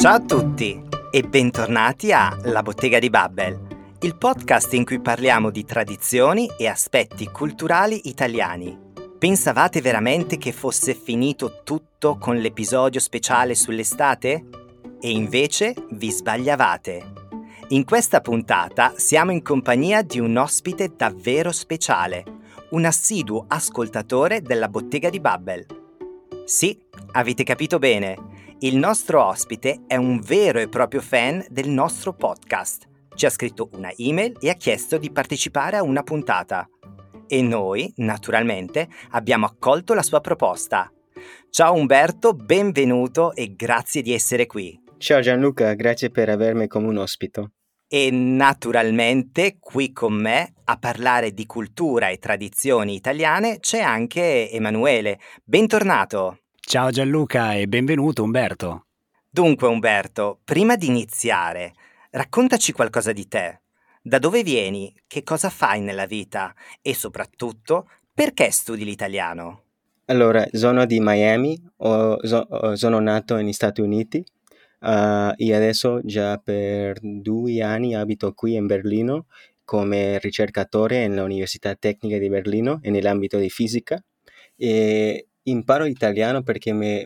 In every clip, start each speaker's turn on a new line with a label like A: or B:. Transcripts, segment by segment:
A: Ciao a tutti e bentornati a La Bottega di Babbel, il podcast in cui parliamo di tradizioni e aspetti culturali italiani. Pensavate veramente che fosse finito tutto con l'episodio speciale sull'estate? E invece vi sbagliavate. In questa puntata siamo in compagnia di un ospite davvero speciale, un assiduo ascoltatore della Bottega di Babbel. Sì, avete capito bene. Il nostro ospite è un vero e proprio fan del nostro podcast. Ci ha scritto una email e ha chiesto di partecipare a una puntata. E noi, naturalmente, abbiamo accolto la sua proposta. Ciao Umberto, benvenuto e grazie di essere qui.
B: Ciao Gianluca, grazie per avermi come un ospite.
A: E naturalmente qui con me a parlare di cultura e tradizioni italiane c'è anche Emanuele. Bentornato!
C: Ciao Gianluca e benvenuto Umberto.
A: Dunque Umberto, prima di iniziare, raccontaci qualcosa di te. Da dove vieni? Che cosa fai nella vita? E soprattutto, perché studi l'italiano?
B: Allora, sono di Miami, sono nato negli Stati Uniti e adesso già per 2 anni abito qui in Berlino come ricercatore all'Università Tecnica di Berlino e nell'ambito di fisica. E imparo l'italiano perché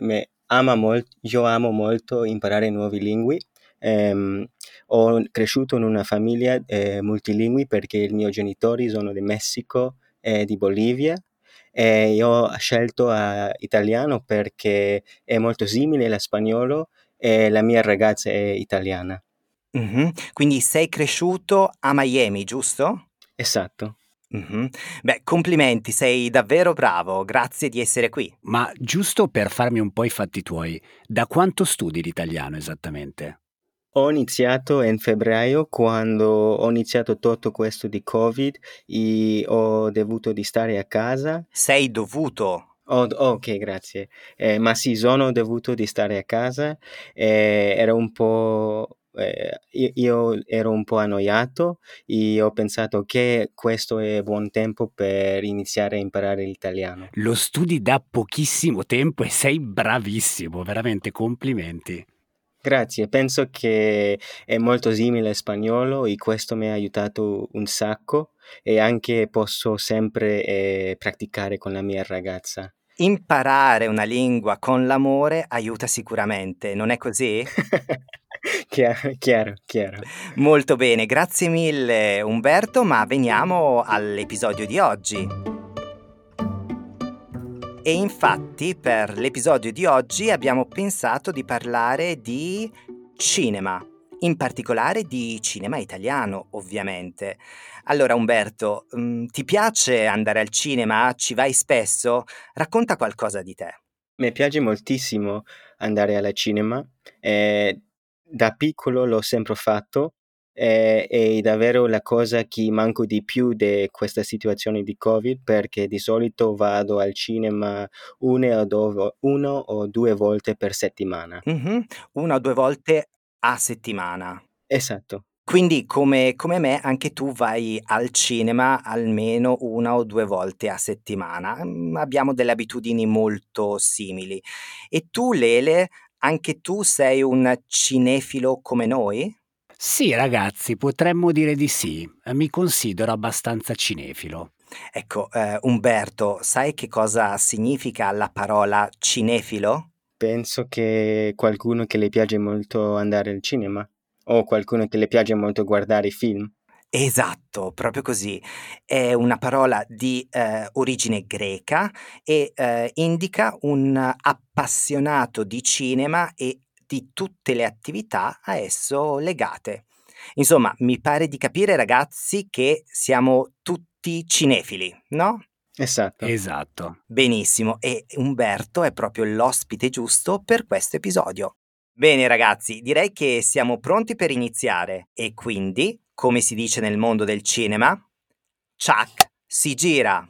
B: io amo molto imparare nuove lingue. Ho cresciuto in una famiglia multilingui perché i miei genitori sono di Messico e di Bolivia e io ho scelto italiano perché è molto simile allo spagnolo e la mia ragazza è italiana.
A: Quindi sei cresciuto a Miami, giusto?
B: Esatto.
A: Beh, complimenti, sei davvero bravo, grazie di essere qui.
C: Ma giusto per farmi un po' i fatti tuoi, da quanto studi l'italiano esattamente?
B: Ho iniziato in febbraio quando ho iniziato tutto questo di Covid e ho dovuto di stare a casa.
A: Sei dovuto.
B: Ok, grazie. Ma sì, sono dovuto di stare a casa. Ero un po', io ero un po' annoiato e ho pensato che questo è buon tempo per iniziare a imparare l'italiano.
C: Lo studi da pochissimo tempo e sei bravissimo, veramente complimenti.
B: Grazie, penso che è molto simile al spagnolo e questo mi ha aiutato un sacco e anche posso sempre praticare con la mia ragazza.
A: Imparare una lingua con l'amore aiuta sicuramente, non è così?
B: Chiaro.
A: Molto bene, grazie mille Umberto, ma veniamo all'episodio di oggi. E infatti per l'episodio di oggi abbiamo pensato di parlare di cinema, in particolare di cinema italiano, ovviamente. Allora Umberto, ti piace andare al cinema? Ci vai spesso? Racconta qualcosa di te.
B: Mi piace moltissimo andare al cinema, da piccolo l'ho sempre fatto, è davvero la cosa che manco di più di questa situazione di Covid, perché di solito vado al cinema 1 o 2 volte per settimana.
A: 1 o 2 volte a settimana.
B: Esatto.
A: Quindi come me anche tu vai al cinema almeno 1 o 2 volte a settimana. Abbiamo delle abitudini molto simili. E tu Lele, anche tu sei un cinefilo come noi?
C: Sì ragazzi, potremmo dire di sì, mi considero abbastanza cinefilo.
A: Ecco, Umberto, sai che cosa significa la parola cinefilo?
B: Penso che qualcuno che le piace molto andare al cinema, o qualcuno che le piace molto guardare film.
A: Esatto, proprio così. È una parola di, origine greca e, indica un appassionato di cinema e di tutte le attività a esso legate. Insomma, mi pare di capire ragazzi che siamo tutti cinefili, no?
B: Esatto.
C: Esatto.
A: Benissimo, e Umberto è proprio l'ospite giusto per questo episodio. Bene ragazzi, direi che siamo pronti per iniziare e quindi, come si dice nel mondo del cinema, ciak, si gira!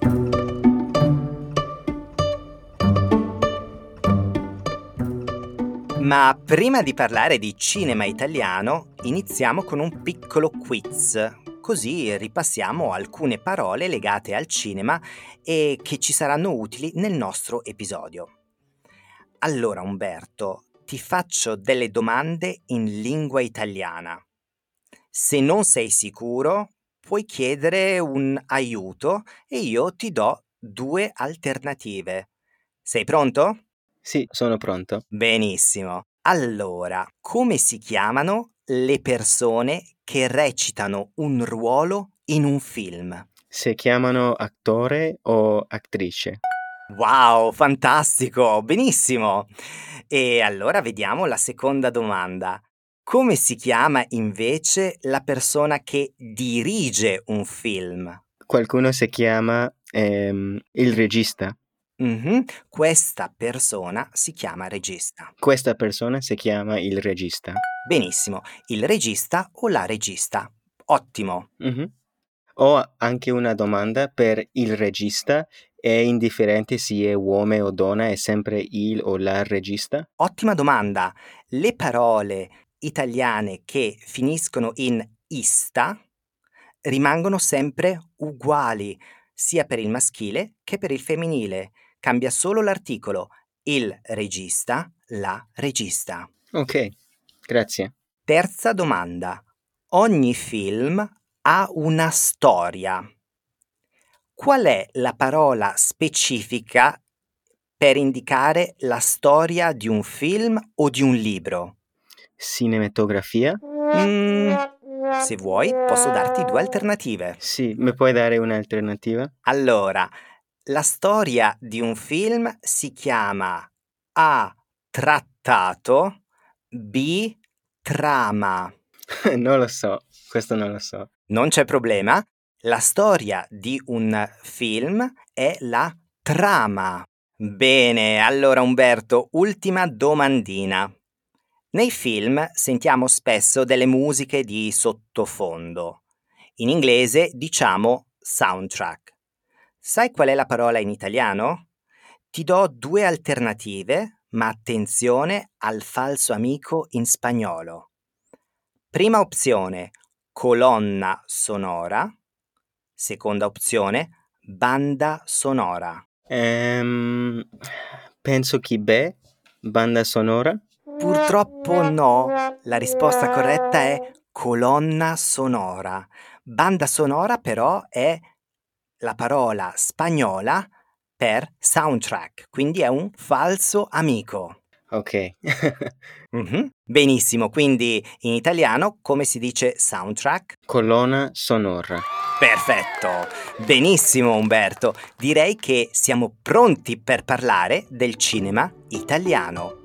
A: Ma prima di parlare di cinema italiano, iniziamo con un piccolo quiz, così ripassiamo alcune parole legate al cinema e che ci saranno utili nel nostro episodio. Allora Umberto, ti faccio delle domande in lingua italiana. Se non sei sicuro, puoi chiedere un aiuto e io ti do 2 alternative. Sei pronto?
B: Sì, sono pronto.
A: Benissimo. Allora, come si chiamano le persone che recitano un ruolo in un film?
B: Si chiamano attore o attrice?
A: Wow, fantastico, benissimo. E allora vediamo la seconda domanda. Come si chiama invece la persona che dirige un film?
B: Qualcuno si chiama il regista.
A: Questa persona si chiama regista.
B: Questa persona si chiama il regista.
A: Benissimo, il regista o la regista. Ottimo.
B: Mhm. Ho anche una domanda per il regista. È indifferente se è uomo o donna, è sempre il o la regista?
A: Ottima domanda. Le parole italiane che finiscono in ista rimangono sempre uguali, sia per il maschile che per il femminile. Cambia solo l'articolo. Il regista, la regista.
B: Ok, grazie.
A: Terza domanda. Ogni film ha una storia. Qual è la parola specifica per indicare la storia di un film o di un libro?
B: Cinematografia?
A: Se vuoi, posso darti 2 alternative.
B: Sì, mi puoi dare un'alternativa?
A: Allora, la storia di un film si chiama A. Trattato, B. Trama.
B: Non lo so, questo non lo so.
A: Non c'è problema. La storia di un film è la trama. Bene, allora Umberto, ultima domandina. Nei film sentiamo spesso delle musiche di sottofondo. In inglese diciamo soundtrack. Sai qual è la parola in italiano? Ti do 2 alternative, ma attenzione al falso amico in spagnolo. Prima opzione, colonna sonora. Seconda opzione, banda sonora.
B: Penso che beh, banda sonora?
A: Purtroppo no, la risposta corretta è colonna sonora. Banda sonora però è la parola spagnola per soundtrack, quindi è un falso amico.
B: Ok.
A: Benissimo, quindi in italiano come si dice soundtrack?
B: Colonna sonora.
A: Perfetto, benissimo Umberto, direi che siamo pronti per parlare del cinema italiano.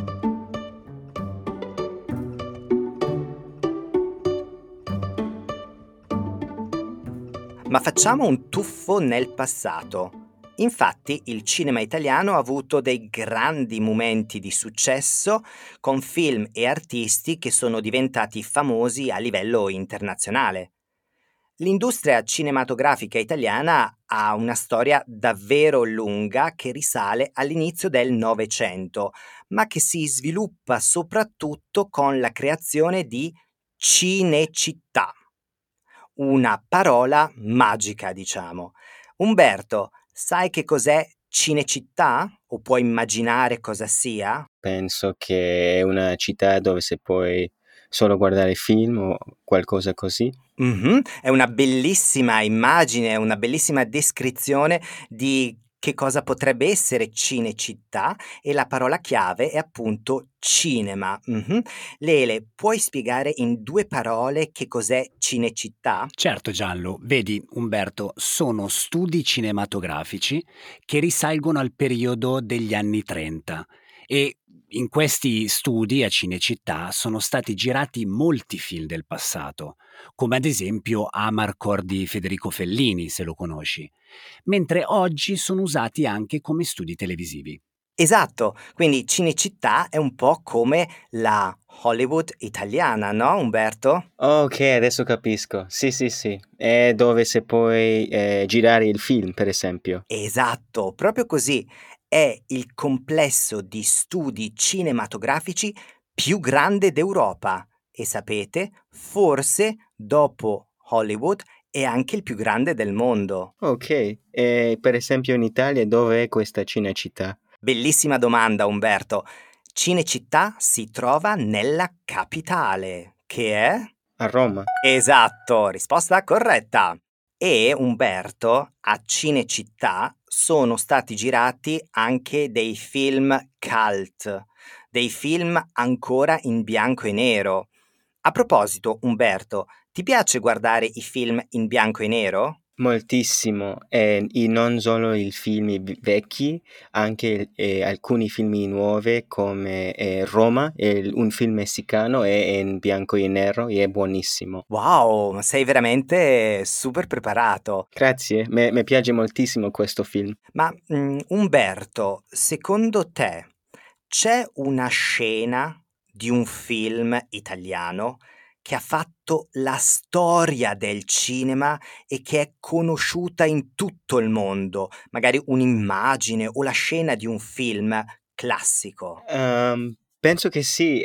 A: Ma facciamo un tuffo nel passato. Infatti il cinema italiano ha avuto dei grandi momenti di successo con film e artisti che sono diventati famosi a livello internazionale. L'industria cinematografica italiana ha una storia davvero lunga che risale all'inizio del Novecento, ma che si sviluppa soprattutto con la creazione di Cinecittà. Una parola magica, diciamo. Umberto, sai che cos'è Cinecittà? O puoi immaginare cosa sia?
B: Penso che è una città dove si può solo guardare film o qualcosa così.
A: È una bellissima immagine, una bellissima descrizione di che cosa potrebbe essere Cinecittà e la parola chiave è appunto cinema. Lele, puoi spiegare in 2 parole che cos'è Cinecittà?
C: Certo Gianlu, vedi Umberto, sono studi cinematografici che risalgono al periodo degli anni 30 e in questi studi a Cinecittà sono stati girati molti film del passato, come ad esempio Amarcord di Federico Fellini, se lo conosci, mentre oggi sono usati anche come studi televisivi.
A: Esatto, quindi Cinecittà è un po' come la Hollywood italiana, no Umberto?
B: Ok, adesso capisco. Sì, sì, sì. È dove si può girare il film, per esempio.
A: Esatto, proprio così. È il complesso di studi cinematografici più grande d'Europa e sapete, forse dopo Hollywood è anche il più grande del mondo.
B: Ok, e per esempio in Italia dove è questa Cinecittà?
A: Bellissima domanda, Umberto. Cinecittà si trova nella capitale, che è?
B: A Roma.
A: Esatto, risposta corretta. E Umberto, a Cinecittà sono stati girati anche dei film cult, dei film ancora in bianco e nero. A proposito, Umberto, ti piace guardare i film in bianco e nero?
B: Moltissimo, e non solo i film vecchi, anche alcuni film nuovi come Roma, un film messicano, è in bianco e nero e è buonissimo.
A: Wow, ma sei veramente super preparato.
B: Grazie, mi piace moltissimo questo film.
A: Ma Umberto, secondo te c'è una scena di un film italiano che ha fatto la storia del cinema e che è conosciuta in tutto il mondo? Magari un'immagine o la scena di un film classico.
B: Penso che sì,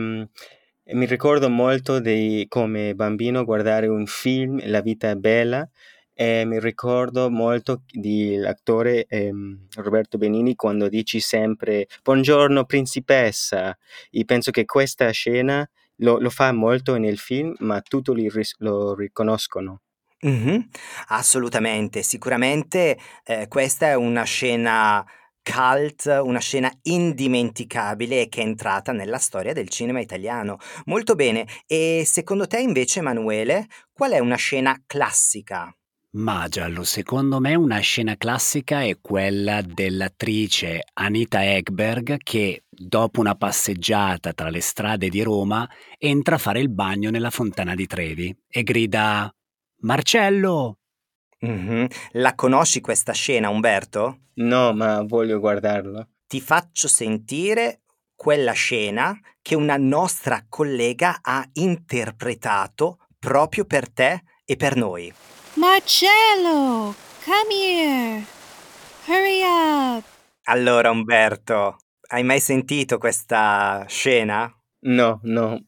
B: mi ricordo molto di come bambino guardare un film, La vita è bella, e mi ricordo molto dell'attore Roberto Benigni quando dici sempre "Buongiorno principessa", e penso che questa scena lo fa molto nel film, ma tutti lo riconoscono.
A: Mh-mh. Assolutamente. Sicuramente, questa è una scena cult, una scena indimenticabile che è entrata nella storia del cinema italiano. Molto bene. E secondo te invece, Emanuele, qual è una scena classica?
C: Ma Giallo, secondo me una scena classica è quella dell'attrice Anita Ekberg che, dopo una passeggiata tra le strade di Roma, entra a fare il bagno nella fontana di Trevi e grida Marcello!
A: Mh-mh. La conosci questa scena, Umberto?
B: No, ma voglio guardarlo.
A: Ti faccio sentire quella scena che una nostra collega ha interpretato proprio per te e per noi.
D: Marcello, come here. Hurry up.
A: Allora Umberto, hai mai sentito questa scena?
B: No.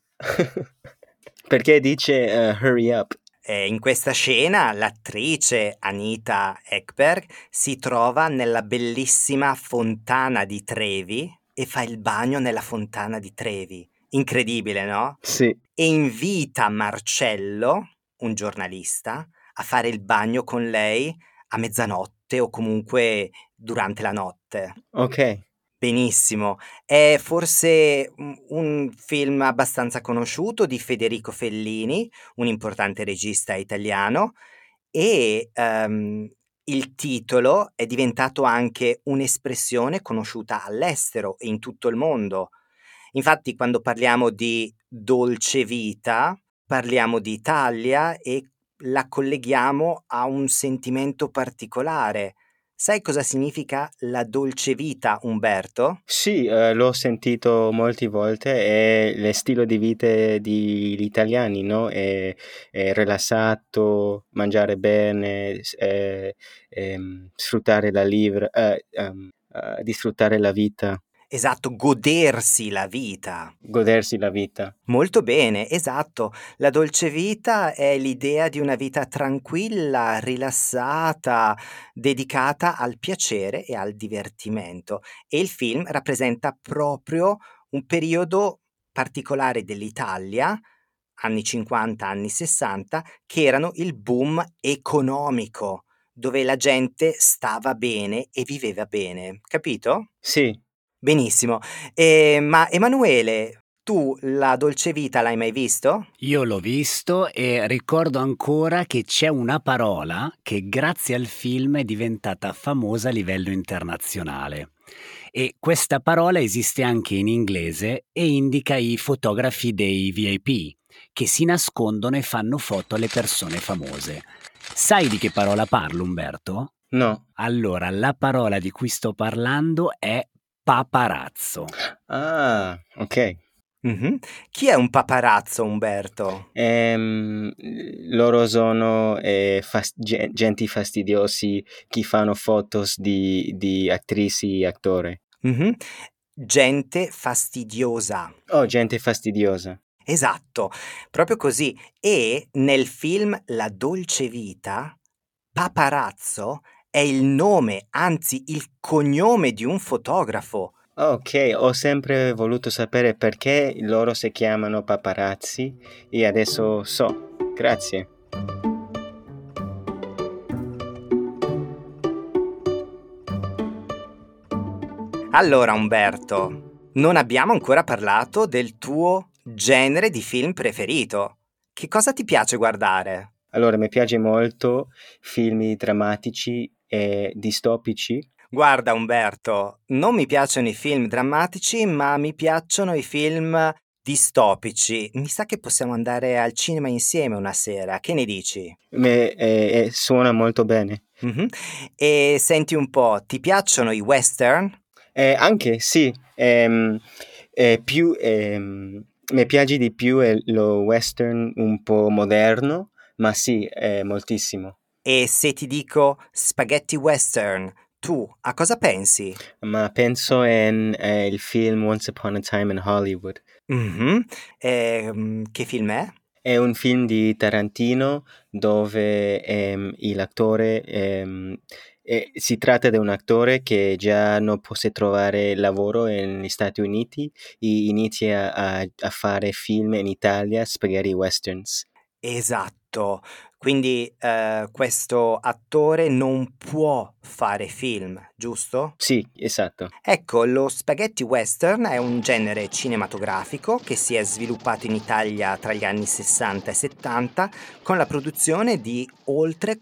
B: Perché dice hurry up?
A: In questa scena l'attrice Anita Ekberg si trova nella bellissima fontana di Trevi e fa il bagno nella fontana di Trevi. Incredibile, no?
B: Sì.
A: E invita Marcello, un giornalista, a fare il bagno con lei a mezzanotte o comunque durante la notte.
B: Ok.
A: Benissimo. È forse un film abbastanza conosciuto di Federico Fellini, un importante regista italiano, e il titolo è diventato anche un'espressione conosciuta all'estero e in tutto il mondo. Infatti, quando parliamo di dolce vita, parliamo di Italia e la colleghiamo a un sentimento particolare. Sai cosa significa la dolce vita, Umberto?
B: Sì, l'ho sentito molte volte, è lo stile di vita degli italiani, no? È rilassato, mangiare bene, sfruttare disfruttare la vita,
A: Esatto, godersi la vita.
B: godersi la vita.
A: Molto bene, esatto. La dolce vita è l'idea di una vita tranquilla, rilassata, dedicata al piacere e al divertimento. E il film rappresenta proprio un periodo particolare dell'Italia, anni 50, anni 60, che erano il boom economico, dove la gente stava bene e viveva bene, capito?
B: Sì,
A: Benissimo. Ma Emanuele, tu La dolce vita l'hai mai visto?
C: Io l'ho visto e ricordo ancora che c'è una parola che grazie al film è diventata famosa a livello internazionale. E questa parola esiste anche in inglese e indica i fotografi dei VIP che si nascondono e fanno foto alle persone famose. Sai di che parola parlo, Umberto?
B: no.
C: Allora, la parola di cui sto parlando è paparazzo.
B: Ah, ok.
A: Mh-mh. Chi è un paparazzo, Umberto?
B: Loro sono genti fastidiosi che fanno fotos di attrici e attori.
A: Mh-mh. Gente fastidiosa.
B: Oh, gente fastidiosa.
A: Esatto, proprio così. E nel film La dolce vita, paparazzo è il nome, anzi il cognome di un fotografo.
B: Ok, ho sempre voluto sapere perché loro si chiamano paparazzi e adesso so. Grazie.
A: Allora, Umberto, non abbiamo ancora parlato del tuo genere di film preferito. Che cosa ti piace guardare?
B: Allora, mi piace molto film drammatici e distopici.
A: Guarda, Umberto, non mi piacciono i film drammatici, ma mi piacciono i film distopici. Mi sa che possiamo andare al cinema insieme una sera. Che ne dici?
B: Suona molto bene.
A: Mhm. E senti un po', ti piacciono i western?
B: Anche sì, mi piace di più lo western un po' moderno, ma sì, moltissimo.
A: E se ti dico spaghetti western, tu a cosa pensi?
B: Ma penso in il film Once Upon a Time in Hollywood.
A: Mhm. Che film è?
B: È un film di Tarantino dove l'attore si tratta di un attore che già non può trovare lavoro negli Stati Uniti e inizia a fare film in Italia, spaghetti westerns.
A: Esatto, quindi questo attore non può fare film, giusto?
B: Sì, esatto.
A: Ecco, lo spaghetti western è un genere cinematografico che si è sviluppato in Italia tra gli anni 60 e 70 con la produzione di oltre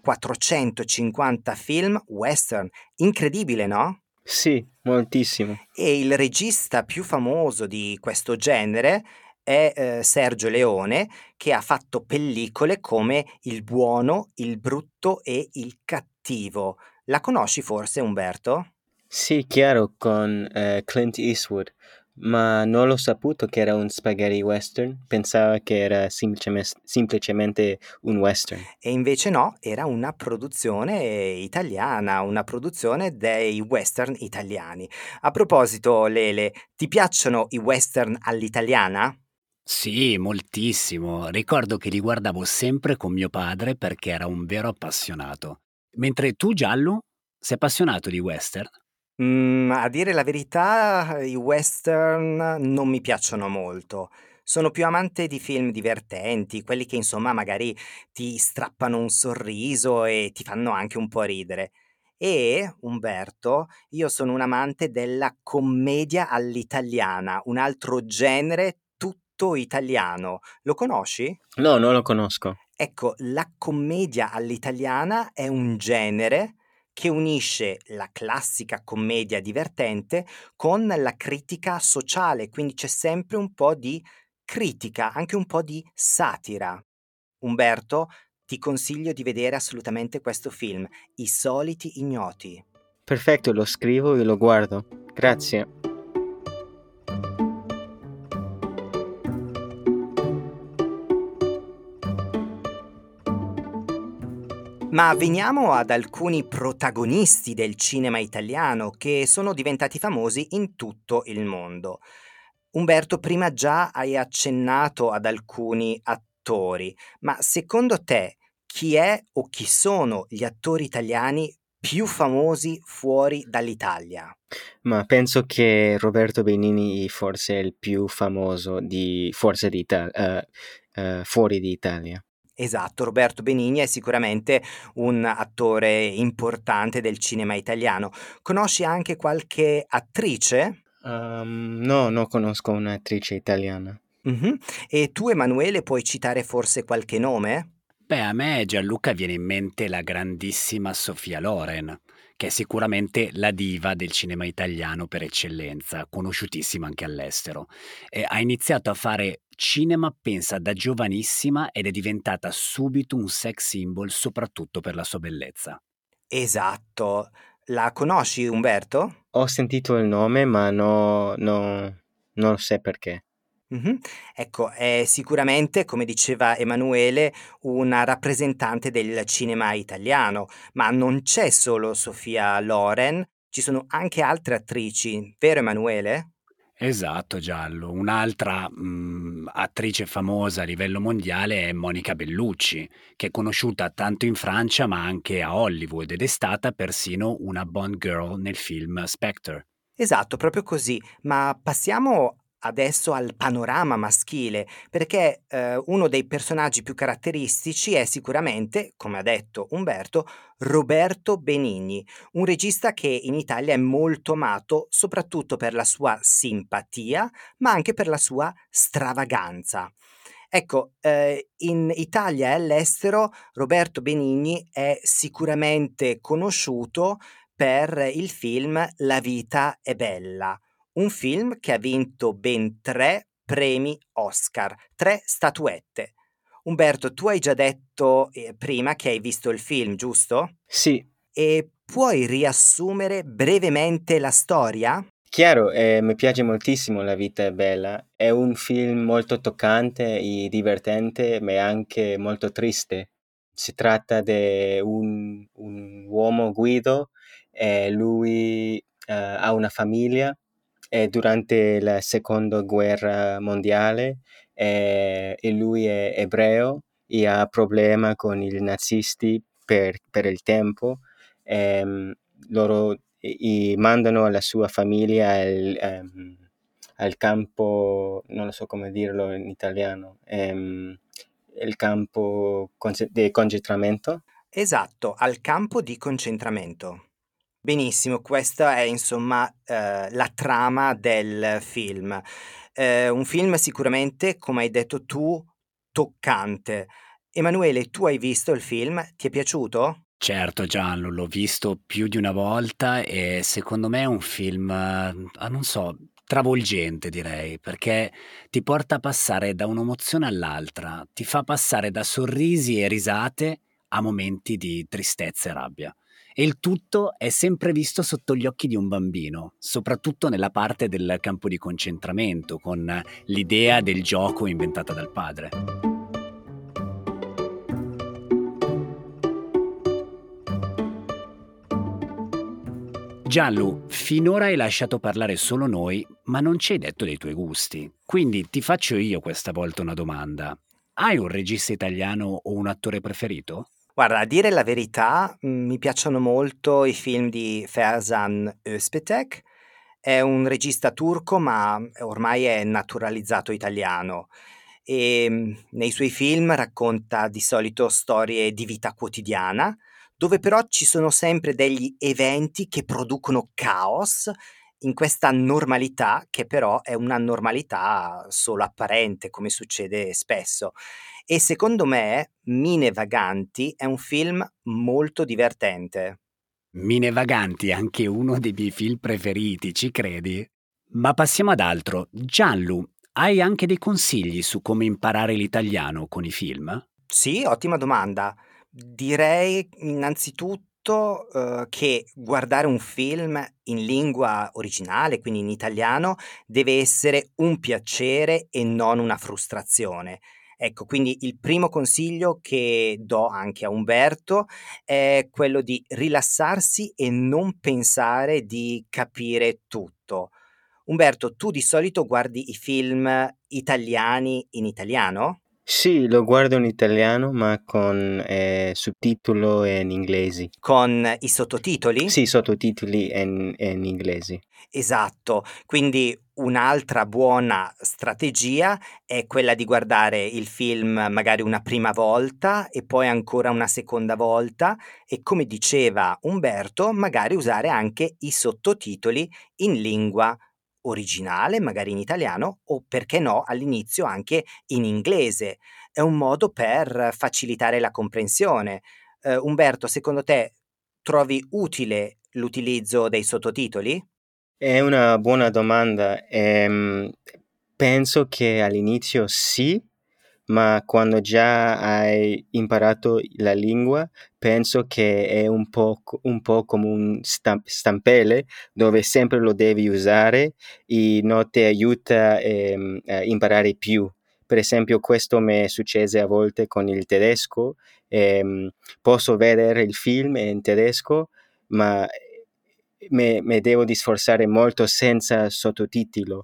A: 450 film western. Incredibile, no?
B: Sì, moltissimo.
A: E il regista più famoso di questo genere è Sergio Leone, che ha fatto pellicole come Il buono, il brutto e il cattivo. La conosci forse, Umberto?
B: Sì, chiaro, con Clint Eastwood, ma non l'ho saputo che era un spaghetti western, pensavo che era semplicemente un western.
A: E invece no, era una produzione italiana, una produzione dei western italiani. A proposito, Lele, ti piacciono i western all'italiana?
C: Sì, moltissimo. Ricordo che li guardavo sempre con mio padre perché era un vero appassionato. Mentre tu, Giallo, sei appassionato di western?
A: A dire la verità, i western non mi piacciono molto. Sono più amante di film divertenti, quelli che insomma magari ti strappano un sorriso e ti fanno anche un po' ridere. E, Umberto, io sono un amante della commedia all'italiana, un altro genere tutto italiano. Lo conosci?
B: No, non lo conosco.
A: Ecco, la commedia all'italiana è un genere che unisce la classica commedia divertente con la critica sociale, quindi c'è sempre un po' di critica, anche un po' di satira. Umberto, ti consiglio di vedere assolutamente questo film, I soliti ignoti.
B: Perfetto, lo scrivo e lo guardo. Grazie.
A: Ma veniamo ad alcuni protagonisti del cinema italiano che sono diventati famosi in tutto il mondo. Umberto, prima già hai accennato ad alcuni attori, ma secondo te chi è o chi sono gli attori italiani più famosi fuori dall'Italia?
B: Ma penso che Roberto Benigni forse è il più famoso fuori di Italia.
A: Esatto, Roberto Benigni è sicuramente un attore importante del cinema italiano. Conosci anche qualche attrice?
B: No, non conosco un'attrice italiana.
A: Mhm. E tu, Emanuele, puoi citare forse qualche nome?
C: Beh, a me Gianluca viene in mente la grandissima Sofia Loren, che è sicuramente la diva del cinema italiano per eccellenza, conosciutissima anche all'estero. Ha iniziato a fare cinema, pensa, da giovanissima ed è diventata subito un sex symbol, soprattutto per la sua bellezza.
A: Esatto. La conosci, Umberto?
B: Ho sentito il nome, ma non so perché.
A: Mh-mh. Ecco, è sicuramente, come diceva Emanuele, una rappresentante del cinema italiano, ma non c'è solo Sofia Loren, ci sono anche altre attrici, vero Emanuele?
C: Esatto, Giallo. Un'altra attrice famosa a livello mondiale è Monica Bellucci, che è conosciuta tanto in Francia ma anche a Hollywood ed è stata persino una Bond girl nel film Spectre.
A: Esatto, proprio così. Ma passiamo adesso al panorama maschile, perché uno dei personaggi più caratteristici è sicuramente, come ha detto Umberto, Roberto Benigni, un regista che in Italia è molto amato soprattutto per la sua simpatia, ma anche per la sua stravaganza. Ecco, in Italia e all'estero Roberto Benigni è sicuramente conosciuto per il film La vita è bella, un film che ha vinto ben 3 premi Oscar, 3 statuette. Umberto, tu hai già detto, prima che hai visto il film, giusto?
B: Sì,
A: E puoi riassumere brevemente la storia?
B: chiaro, mi piace moltissimo La vita è bella. È un film molto toccante e divertente, ma è anche molto triste. Si tratta di un uomo Guido e lui ha una famiglia e durante la seconda guerra mondiale e lui è ebreo e ha problema con i nazisti per il tempo. Ehm, loro mandano la sua famiglia al campo, non lo so come dirlo in italiano, il campo di concentramento.
A: Esatto, al campo di concentramento. Benissimo, questa è insomma, la trama del film. Un film sicuramente, come hai detto tu, toccante. Emanuele, tu hai visto il film? Ti è piaciuto?
C: Certo Gianlu, l'ho visto più di una volta e secondo me è un film, non so, travolgente direi, perché ti porta a passare da un'emozione all'altra, ti fa passare da sorrisi e risate a momenti di tristezza e rabbia. E il tutto è sempre visto sotto gli occhi di un bambino, soprattutto nella parte del campo di concentramento, con l'idea del gioco inventata dal padre. Gianlu, finora hai lasciato parlare solo noi, ma non ci hai detto dei tuoi gusti. Quindi ti faccio io questa volta una domanda. Hai un regista italiano o un attore preferito?
A: Guarda, a dire la verità, mi piacciono molto i film di Ferzan Özpetek. È un regista turco, ma ormai è naturalizzato italiano. Nei suoi film racconta di solito storie di vita quotidiana, dove però ci sono sempre degli eventi che producono caos in questa normalità, che però è una normalità solo apparente, come succede spesso. E secondo me Mine Vaganti è un film molto divertente.
C: Mine Vaganti è anche uno dei miei film preferiti, ci credi? Ma passiamo ad altro. Gianlu, hai anche dei consigli su come imparare l'italiano con i film?
A: Sì, ottima domanda. Direi innanzitutto, che guardare un film in lingua originale, quindi in italiano, deve essere un piacere e non una frustrazione. Ecco, quindi il primo consiglio che do anche a Umberto è quello di rilassarsi e non pensare di capire tutto. Umberto, tu di solito guardi i film italiani in italiano?
B: Sì, lo guardo in italiano, ma con sottotitolo in inglese.
A: Con i sottotitoli?
B: Sì, sottotitoli in inglese.
A: Esatto, quindi un'altra buona strategia è quella di guardare il film magari una prima volta e poi ancora una seconda volta e, come diceva Umberto, magari usare anche i sottotitoli in lingua originale, magari in italiano o, perché no, all'inizio anche in inglese. È un modo per facilitare la comprensione. Umberto, secondo te trovi utile l'utilizzo dei sottotitoli?
B: È una buona domanda. Penso che all'inizio sì, ma quando già hai imparato la lingua, penso che è un po' come un stampelle dove sempre lo devi usare e non ti aiuta a imparare più. Per esempio, questo mi è successo a volte con il tedesco. Posso vedere il film in tedesco, ma me devo di sforzare molto senza sottotitolo.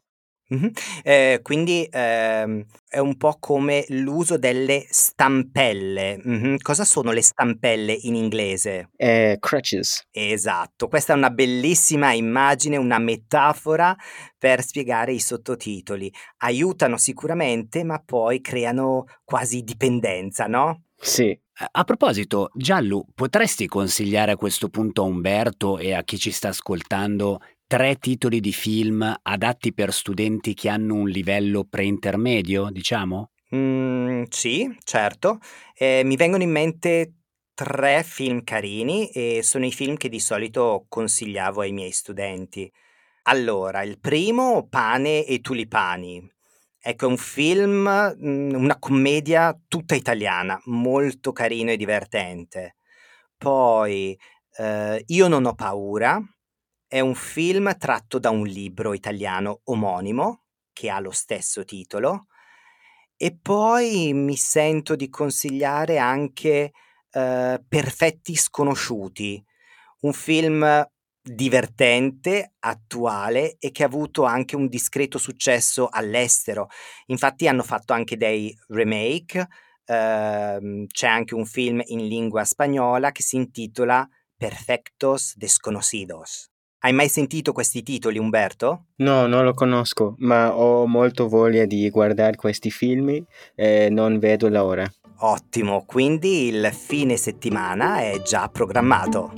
A: Mhm. Quindi è un po' come l'uso delle stampelle. Mhm. Cosa sono le stampelle in inglese?
B: Crutches.
A: Esatto, questa è una bellissima immagine, una metafora per spiegare i sottotitoli. Aiutano sicuramente, ma poi creano quasi dipendenza, no?
B: Sì.
C: A proposito, Gianlu, potresti consigliare a questo punto a Umberto e a chi ci sta ascoltando 3 titoli di film adatti per studenti che hanno un livello pre-intermedio, diciamo?
A: Sì, certo. Mi vengono in mente 3 film carini e sono i film che di solito consigliavo ai miei studenti. Allora, il primo, Pane e tulipani. Ecco, è un film, una commedia tutta italiana, molto carino e divertente. Poi, Io non ho paura, è un film tratto da un libro italiano omonimo, che ha lo stesso titolo. E poi mi sento di consigliare anche, Perfetti sconosciuti, un film divertente, attuale e che ha avuto anche un discreto successo all'estero. Infatti hanno fatto anche dei remake, c'è anche un film in lingua spagnola che si intitola Perfectos desconocidos. Hai mai sentito questi titoli, Umberto?
B: No, non lo conosco, ma ho molto voglia di guardare questi film e non vedo l'ora.
A: Ottimo, quindi il fine settimana è già programmato.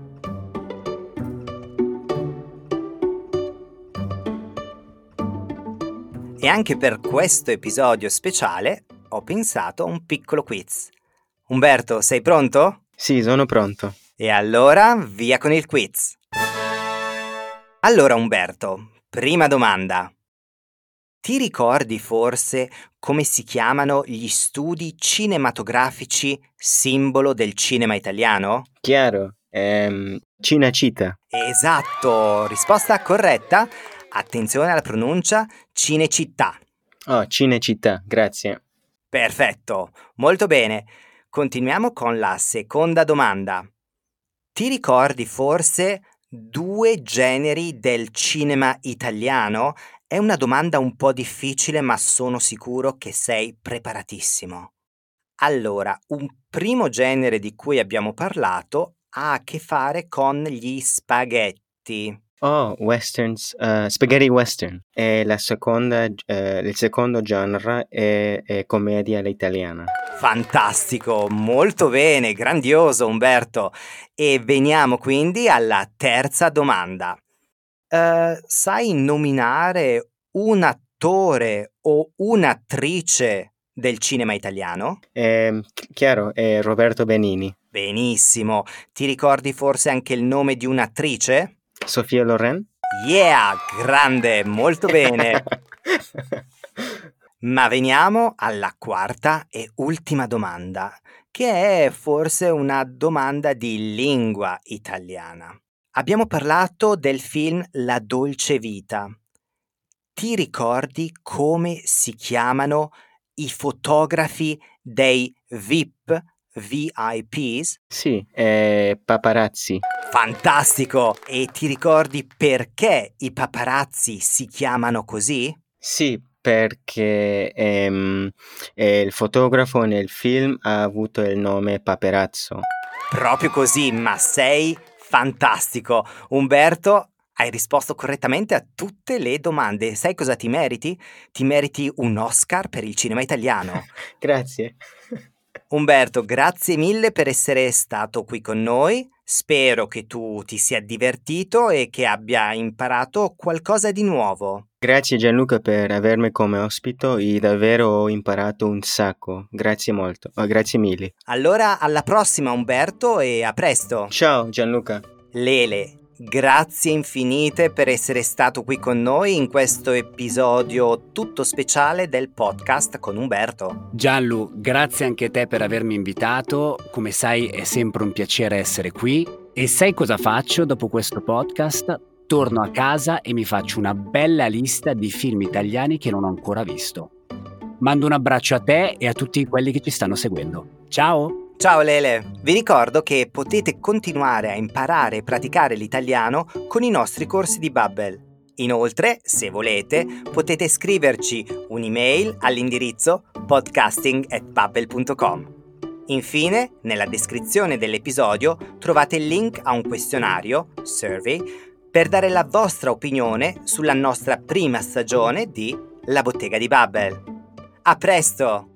A: E anche per questo episodio speciale ho pensato a un piccolo quiz. Umberto, sei pronto?
B: Sì, sono pronto.
A: E allora via con il quiz. Allora Umberto, prima domanda. Ti ricordi forse come si chiamano gli studi cinematografici simbolo del cinema italiano?
B: Chiaro. Cinecittà.
A: Esatto, risposta corretta. Attenzione alla pronuncia, Cinecittà.
B: Oh, Cinecittà, grazie.
A: Perfetto, molto bene. Continuiamo con la seconda domanda. Ti ricordi forse 2 generi del cinema italiano? È una domanda un po' difficile, ma sono sicuro che sei preparatissimo. Allora, un primo genere di cui abbiamo parlato ha a che fare con gli spaghetti.
B: Oh, westerns, spaghetti western. E la seconda, il secondo genere è commedia all'italiana.
A: Fantastico, molto bene, grandioso Umberto. E veniamo quindi alla terza domanda. Sai nominare un attore o un'attrice del cinema italiano?
B: Chiaro, è Roberto Benigni.
A: Benissimo. Ti ricordi forse anche il nome di un'attrice?
B: Sofia Loren?
A: Yeah, grande, molto bene. Ma veniamo alla quarta e ultima domanda, che è forse una domanda di lingua italiana. Abbiamo parlato del film La dolce vita. Ti ricordi come si chiamano i fotografi dei VIPs?
B: Sì, paparazzi.
A: Fantastico! E ti ricordi perché i paparazzi si chiamano così?
B: Sì, perché il fotografo nel film ha avuto il nome Paparazzo.
A: Proprio così, ma sei fantastico. Umberto, hai risposto correttamente a tutte le domande. Sai cosa ti meriti? Ti meriti un Oscar per il cinema italiano.
B: Grazie.
A: Umberto, grazie mille per essere stato qui con noi. Spero che tu ti sia divertito e che abbia imparato qualcosa di nuovo.
B: Grazie Gianluca per avermi come ospite e davvero ho imparato un sacco. Grazie molto. Grazie mille.
A: Allora, alla prossima Umberto e a presto.
B: Ciao Gianluca.
A: Lele, grazie infinite per essere stato qui con noi in questo episodio tutto speciale del podcast con Umberto.
C: Gianlu, grazie anche a te per avermi invitato. Come sai, è sempre un piacere essere qui. E sai cosa faccio dopo questo podcast? Torno a casa e mi faccio una bella lista di film italiani che non ho ancora visto. Mando un abbraccio a te e a tutti quelli che ci stanno seguendo. Ciao!
A: Ciao Lele, vi ricordo che potete continuare a imparare e praticare l'italiano con i nostri corsi di Babbel. Inoltre, se volete, potete scriverci un'email all'indirizzo podcasting@babbel.com. Infine, nella descrizione dell'episodio trovate il link a un questionario, survey, per dare la vostra opinione sulla nostra prima stagione di La Bottega di Babbel. A presto!